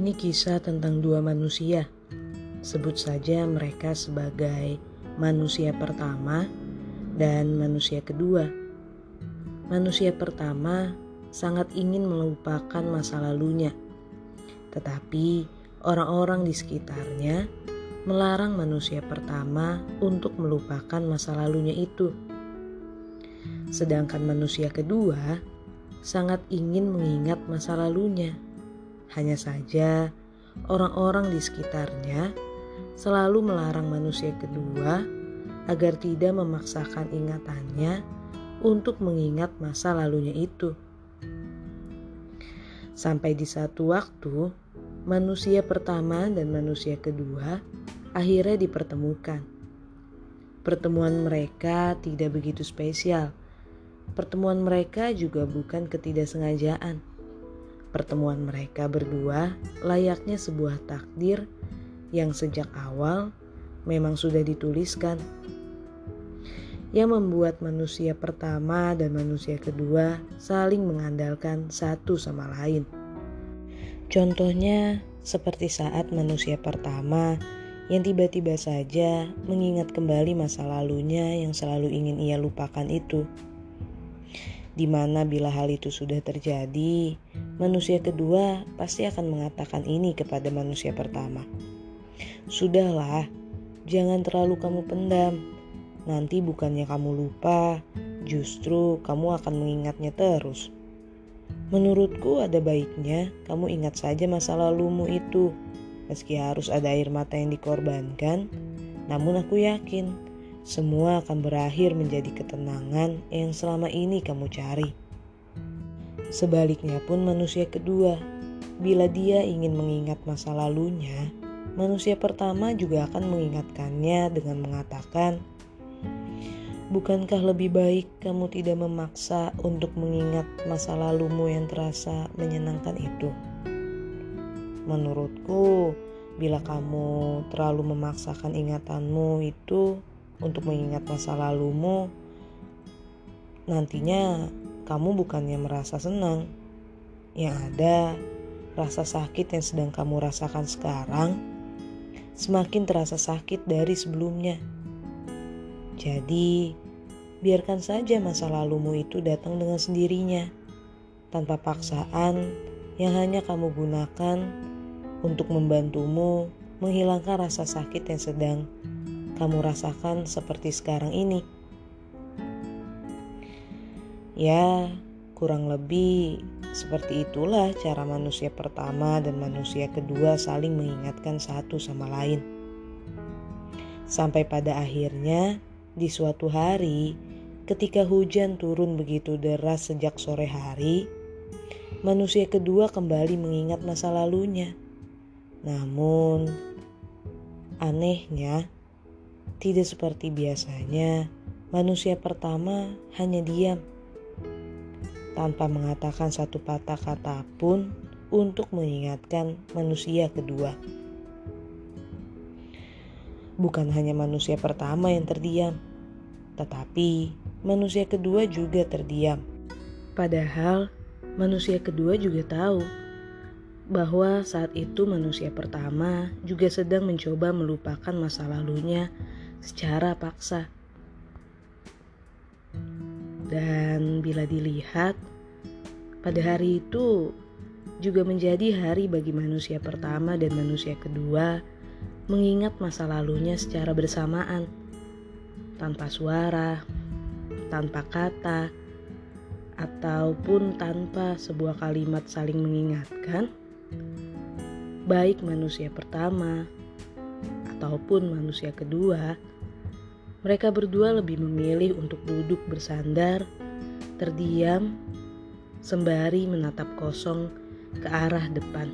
Ini kisah tentang dua manusia. Sebut saja mereka sebagai manusia pertama dan manusia kedua. Manusia pertama sangat ingin melupakan masa lalunya. Tetapi orang-orang di sekitarnya melarang manusia pertama untuk melupakan masa lalunya itu. Sedangkan manusia kedua sangat ingin mengingat masa lalunya. Hanya saja orang-orang di sekitarnya selalu melarang manusia kedua agar tidak memaksakan ingatannya untuk mengingat masa lalunya itu. Sampai di satu waktu, manusia pertama dan manusia kedua akhirnya dipertemukan. Pertemuan mereka tidak begitu spesial. Pertemuan mereka juga bukan ketidaksengajaan. Pertemuan mereka berdua layaknya sebuah takdir yang sejak awal memang sudah dituliskan. Yang membuat manusia pertama dan manusia kedua saling mengandalkan satu sama lain. Contohnya seperti saat manusia pertama yang tiba-tiba saja mengingat kembali masa lalunya yang selalu ingin ia lupakan itu. Di mana bila hal itu sudah terjadi, manusia kedua pasti akan mengatakan ini kepada manusia pertama. Sudahlah, jangan terlalu kamu pendam. Nanti bukannya kamu lupa, justru kamu akan mengingatnya terus. Menurutku ada baiknya kamu ingat saja masa lalumu itu. Meski harus ada air mata yang dikorbankan, namun aku yakin semua akan berakhir menjadi ketenangan yang selama ini kamu cari. Sebaliknya pun manusia kedua, bila dia ingin mengingat masa lalunya, manusia pertama juga akan mengingatkannya dengan mengatakan, bukankah lebih baik kamu tidak memaksa untuk mengingat masa lalumu yang terasa menyenangkan itu? Menurutku, bila kamu terlalu memaksakan ingatanmu itu untuk mengingat masa lalumu, nantinya kamu bukannya merasa senang. Yang ada, rasa sakit yang sedang kamu rasakan sekarang semakin terasa sakit dari sebelumnya. Jadi, biarkan saja masa lalumu itu datang dengan sendirinya, tanpa paksaan yang hanya kamu gunakan untuk membantumu menghilangkan rasa sakit yang sedang kamu rasakan seperti sekarang ini. Ya, kurang lebih seperti itulah cara manusia pertama dan manusia kedua saling mengingatkan satu sama lain. Sampai pada akhirnya, di suatu hari, ketika hujan turun begitu deras sejak sore hari, manusia kedua kembali mengingat masa lalunya. Namun, anehnya, tidak seperti biasanya, manusia pertama hanya diam, tanpa mengatakan satu patah kata pun untuk mengingatkan manusia kedua. Bukan hanya manusia pertama yang terdiam, tetapi manusia kedua juga terdiam. Padahal manusia kedua juga tahu bahwa saat itu manusia pertama juga sedang mencoba melupakan masa lalunya secara paksa. Dan bila dilihat, pada hari itu juga menjadi hari bagi manusia pertama dan manusia kedua mengingat masa lalunya secara bersamaan, tanpa suara, tanpa kata, ataupun tanpa sebuah kalimat saling mengingatkan. Baik manusia pertama ataupun manusia kedua, mereka berdua lebih memilih untuk duduk bersandar, terdiam, sembari menatap kosong ke arah depan.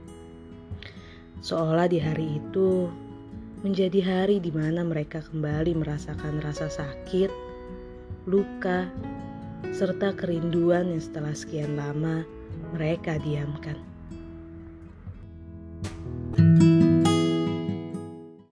Seolah di hari itu menjadi hari di mana mereka kembali merasakan rasa sakit, luka, serta kerinduan yang setelah sekian lama mereka diamkan.